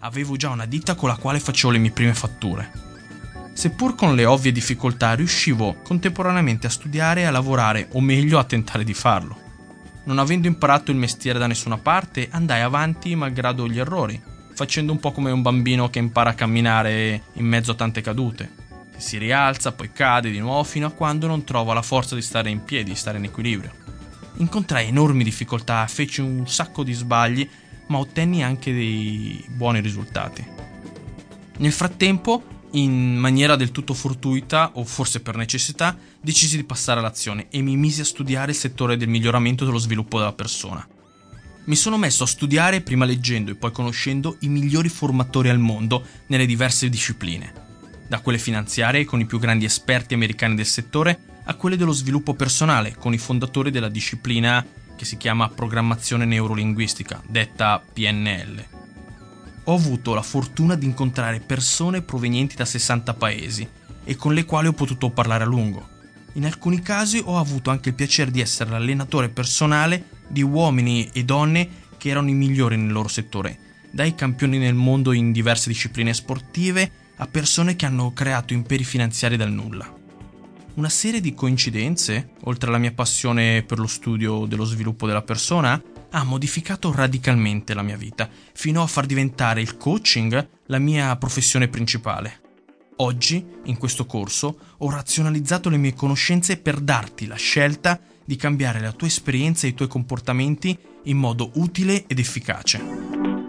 Avevo già una ditta con la quale facevo le mie prime fatture. Seppur con le ovvie difficoltà, riuscivo contemporaneamente a studiare e a lavorare, o meglio a tentare di farlo. Non avendo imparato il mestiere da nessuna parte, andai avanti malgrado gli errori, facendo un po' come un bambino che impara a camminare in mezzo a tante cadute. Si rialza, poi cade di nuovo fino a quando non trova la forza di stare in piedi, di stare in equilibrio. Incontrai enormi difficoltà, feci un sacco di sbagli, ma ottenni anche dei buoni risultati. Nel frattempo, in maniera del tutto fortuita, o forse per necessità, decisi di passare all'azione e mi misi a studiare il settore del miglioramento dello sviluppo della persona. Mi sono messo a studiare prima leggendo e poi conoscendo i migliori formatori al mondo nelle diverse discipline, da quelle finanziarie con i più grandi esperti americani del settore a quelle dello sviluppo personale con i fondatori della disciplina che si chiama programmazione neurolinguistica, detta PNL. Ho avuto la fortuna di incontrare persone provenienti da 60 paesi e con le quali ho potuto parlare a lungo. In alcuni casi ho avuto anche il piacere di essere l'allenatore personale di uomini e donne che erano i migliori nel loro settore, dai campioni nel mondo in diverse discipline sportive a persone che hanno creato imperi finanziari dal nulla. Una serie di coincidenze, oltre alla mia passione per lo studio dello sviluppo della persona, ha modificato radicalmente la mia vita, fino a far diventare il coaching la mia professione principale. Oggi, in questo corso, ho razionalizzato le mie conoscenze per darti la scelta di cambiare la tua esperienza e i tuoi comportamenti in modo utile ed efficace.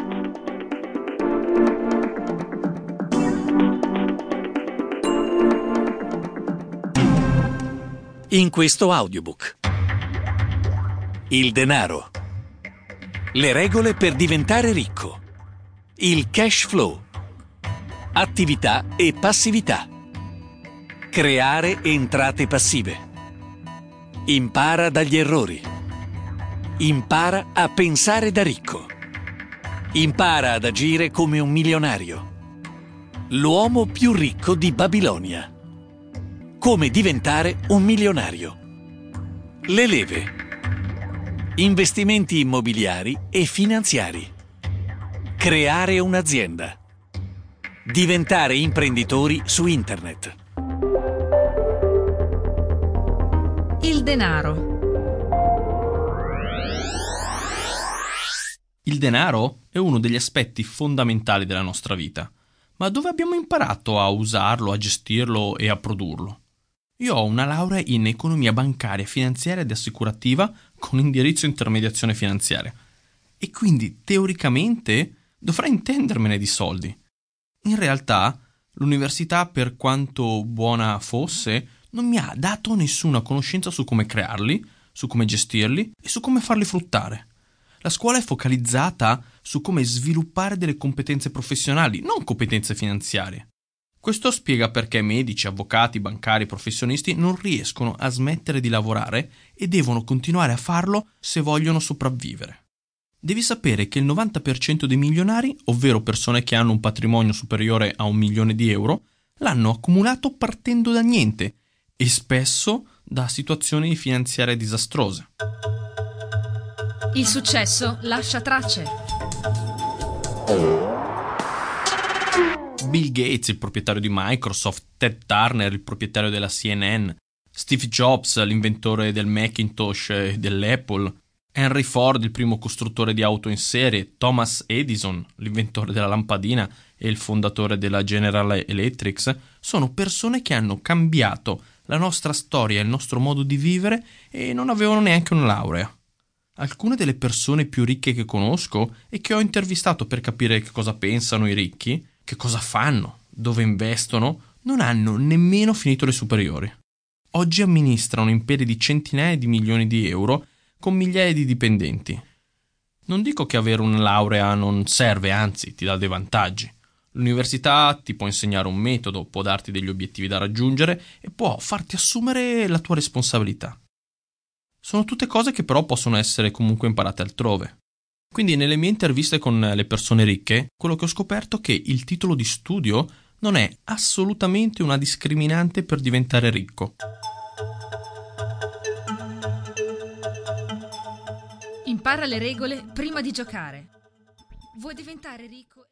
In questo audiobook. Il denaro. Le regole per diventare ricco. Il cash flow. Attività e passività. Creare entrate passive. Impara dagli errori. Impara a pensare da ricco. Impara ad agire come un milionario. L'uomo più ricco di Babilonia. Come diventare un milionario. Le leve. Investimenti immobiliari e finanziari. Creare un'azienda. Diventare imprenditori su internet. Il denaro. Il denaro è uno degli aspetti fondamentali della nostra vita, ma dove abbiamo imparato a usarlo, a gestirlo e a produrlo? Io ho una laurea in economia bancaria, finanziaria ed assicurativa con indirizzo intermediazione finanziaria e quindi teoricamente dovrei intendermene di soldi. In realtà l'università, per quanto buona fosse, non mi ha dato nessuna conoscenza su come crearli, su come gestirli e su come farli fruttare. La scuola è focalizzata su come sviluppare delle competenze professionali, non competenze finanziarie. Questo spiega perché medici, avvocati, bancari, professionisti non riescono a smettere di lavorare e devono continuare a farlo se vogliono sopravvivere. Devi sapere che il 90% dei milionari, ovvero persone che hanno un patrimonio superiore a 1 milione di euro, l'hanno accumulato partendo da niente e spesso da situazioni finanziarie disastrose. Il successo lascia tracce. Bill Gates, il proprietario di Microsoft, Ted Turner, il proprietario della CNN, Steve Jobs, l'inventore del Macintosh e dell'Apple, Henry Ford, il primo costruttore di auto in serie, Thomas Edison, l'inventore della lampadina e il fondatore della General Electric, sono persone che hanno cambiato la nostra storia e il nostro modo di vivere e non avevano neanche una laurea. Alcune delle persone più ricche che conosco e che ho intervistato per capire che cosa pensano i ricchi, che cosa fanno, dove investono, non hanno nemmeno finito le superiori. Oggi amministrano imperi di centinaia di milioni di euro con migliaia di dipendenti. Non dico che avere una laurea non serve, anzi ti dà dei vantaggi. L'università ti può insegnare un metodo, può darti degli obiettivi da raggiungere e può farti assumere la tua responsabilità. Sono tutte cose che però possono essere comunque imparate altrove. Quindi nelle mie interviste con le persone ricche, quello che ho scoperto è che il titolo di studio non è assolutamente una discriminante per diventare ricco. Impara le regole prima di giocare. Vuoi diventare ricco?